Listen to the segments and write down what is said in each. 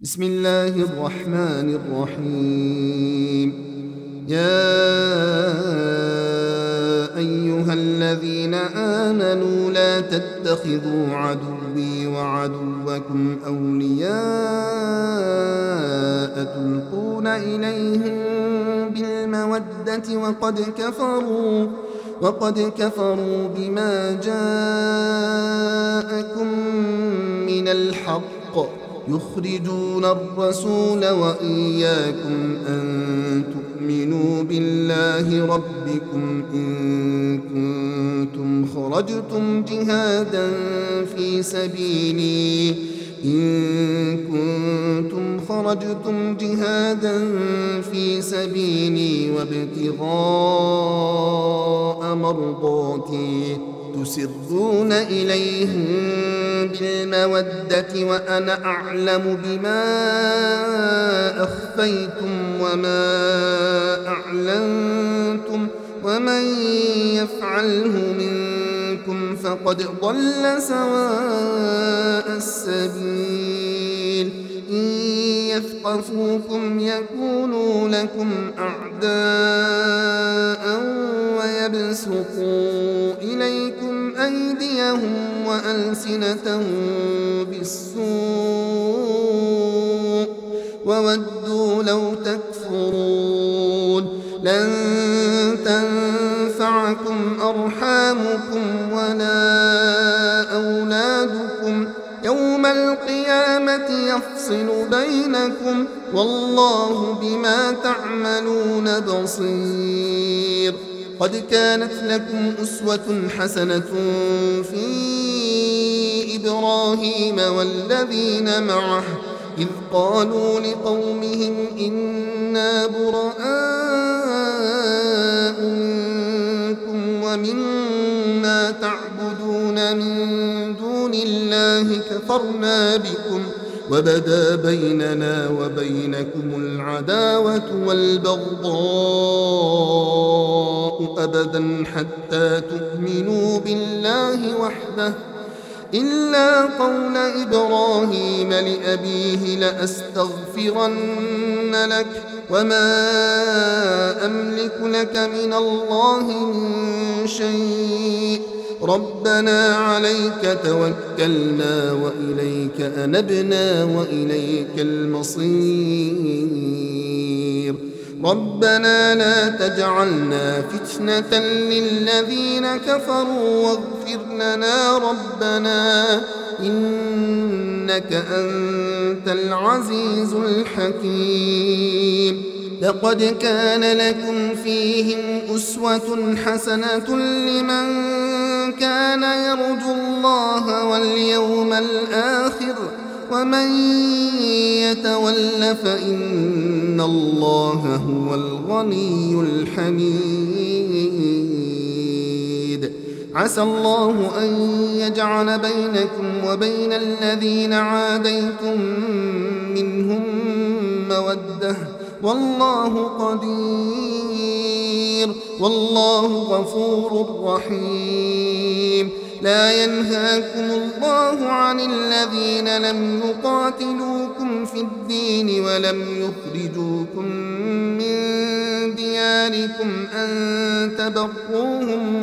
بسم الله الرحمن الرحيم. يا أيها الذين آمنوا لا تتخذوا عدوي وعدوكم أولياء تلقون إليهم بالمودة وقد كفروا بما جاءكم من الحق يخرجون الرسول وإياكم أن تؤمنوا بالله ربكم إن كنتم خرجتم جهادا في سبيلي وابتغاء مرضاتي تسرون إليهم بالمودة وأنا أعلم بما أخفيتم وما أعلنتم ومن يفعله منكم فقد ضل سواء السبيل. إن يثقفوكم يكونوا لكم أعداء ويبسطوا إليكم أيديهم وألسنتهم بالسوء وودوا لو تكفرون. لن تنفعكم أرحامكم ولا أولادكم يوم القيامة يفصل بينكم والله بما تعملون بصير. قد كانت لكم أسوة حسنة في إبراهيم والذين معه إذ قالوا لقومهم إنا براء منكم ومما تعبدون من دون الله كفرنا بكم وبدا بيننا وبينكم العداوة والبغضاء أبدا حتى تؤمنوا بالله وحده إلا قول إبراهيم لأبيه لأستغفرن لك وما أملك لك من الله من شيء ربنا عليك توكلنا وإليك أنبنا وإليك المصير. ربنا لا تجعلنا فتنة للذين كفروا واغفر لنا ربنا إنك أنت العزيز الحكيم. لقد كان لكم فيهم أسوة حسنة لمن كان يرجو الله واليوم الآخر ومن يتول فإن الله هو الغني الحميد. عسى الله أن يجعل بينكم وبين الذين عاديتم منهم مودة والله قدير والله غفور رحيم. لا ينهاكم الله عن الذين لم يقاتلوكم في الدين ولم يخرجوكم من دياركم أن تبروهم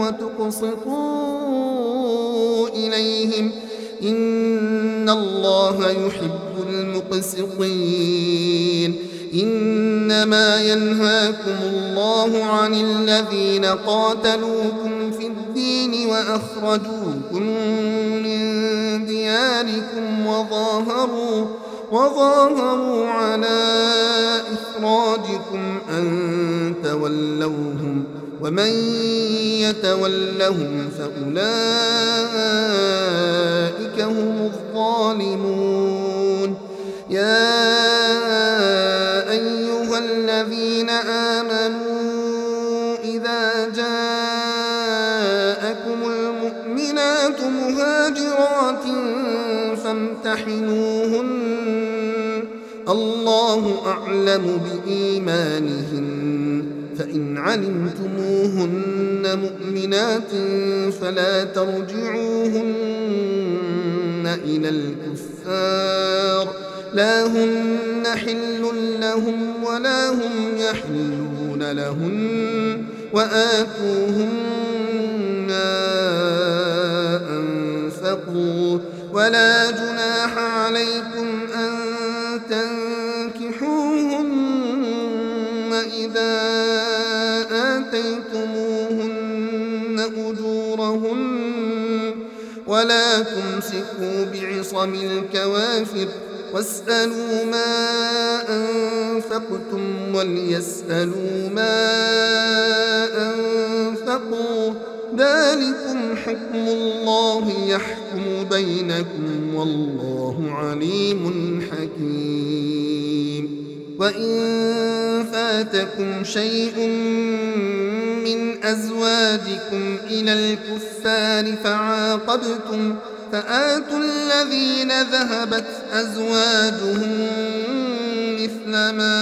وتقسطوا إليهم إن الله يحب المقسطين. إنما ينهاكم الله عن الذين قاتلوكم في الدين وأخرجوكم من دياركم وظاهروا على إخراجكم أن تولوهم ومن يتولهم فأولئك هم الظالمون. يا أيها الذين آمنوا إذا جاءكم المؤمنات مهاجرات فامتحنوهن الله أعلم بإيمانهن فإن علمتموهن مؤمنات فلا ترجعوهن إلى الكفار لا هن حل لهم ولا هم يحلون لهن وآتوهم ما أنفقوا ولا جناح عليكم أن تنكحوهن إذا آتيتموهن أجورهن ولا تمسكوا بعصم الكوافر واسألوا ما أنفقتم وليسألوا ما أنفقوا ذلكم حكم الله يحكم بينكم والله عليم حكيم وإن فاتكم شيء من أزواجكم إلى الكفار فعاقبتم فآتوا الذين ذهبت أزواجهم مثل ما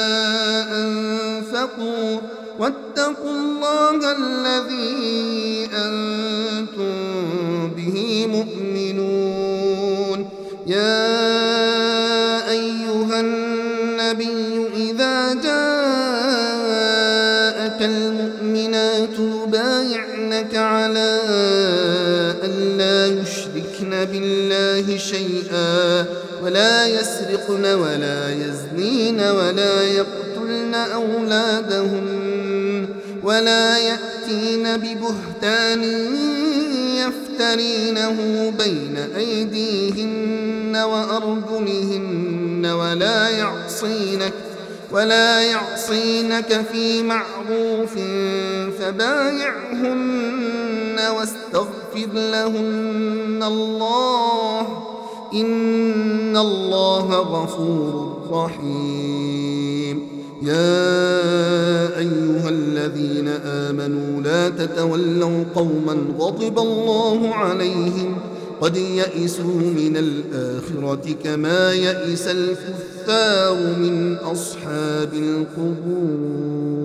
أنفقوا واتقوا الله الذي أنتم به مؤمنون يا أيها النبي إذا جاءك المؤمنات يبايعنك على ألا يشركن بالله شيئا ولا يسرقن ولا يزنين ولا يقتلن أولادهن ولا يأتين ببهتان يفترينه بين أيديهن وأرجلهن ولا يعصينك في معروف فبايعهن واستغفر لهن الله إن الله غفور رحيم يا أيها الذين آمنوا لا تتولوا قوما غضب الله عليهم قد يئسوا من الآخرة كما يئس الكفار من أصحاب القبور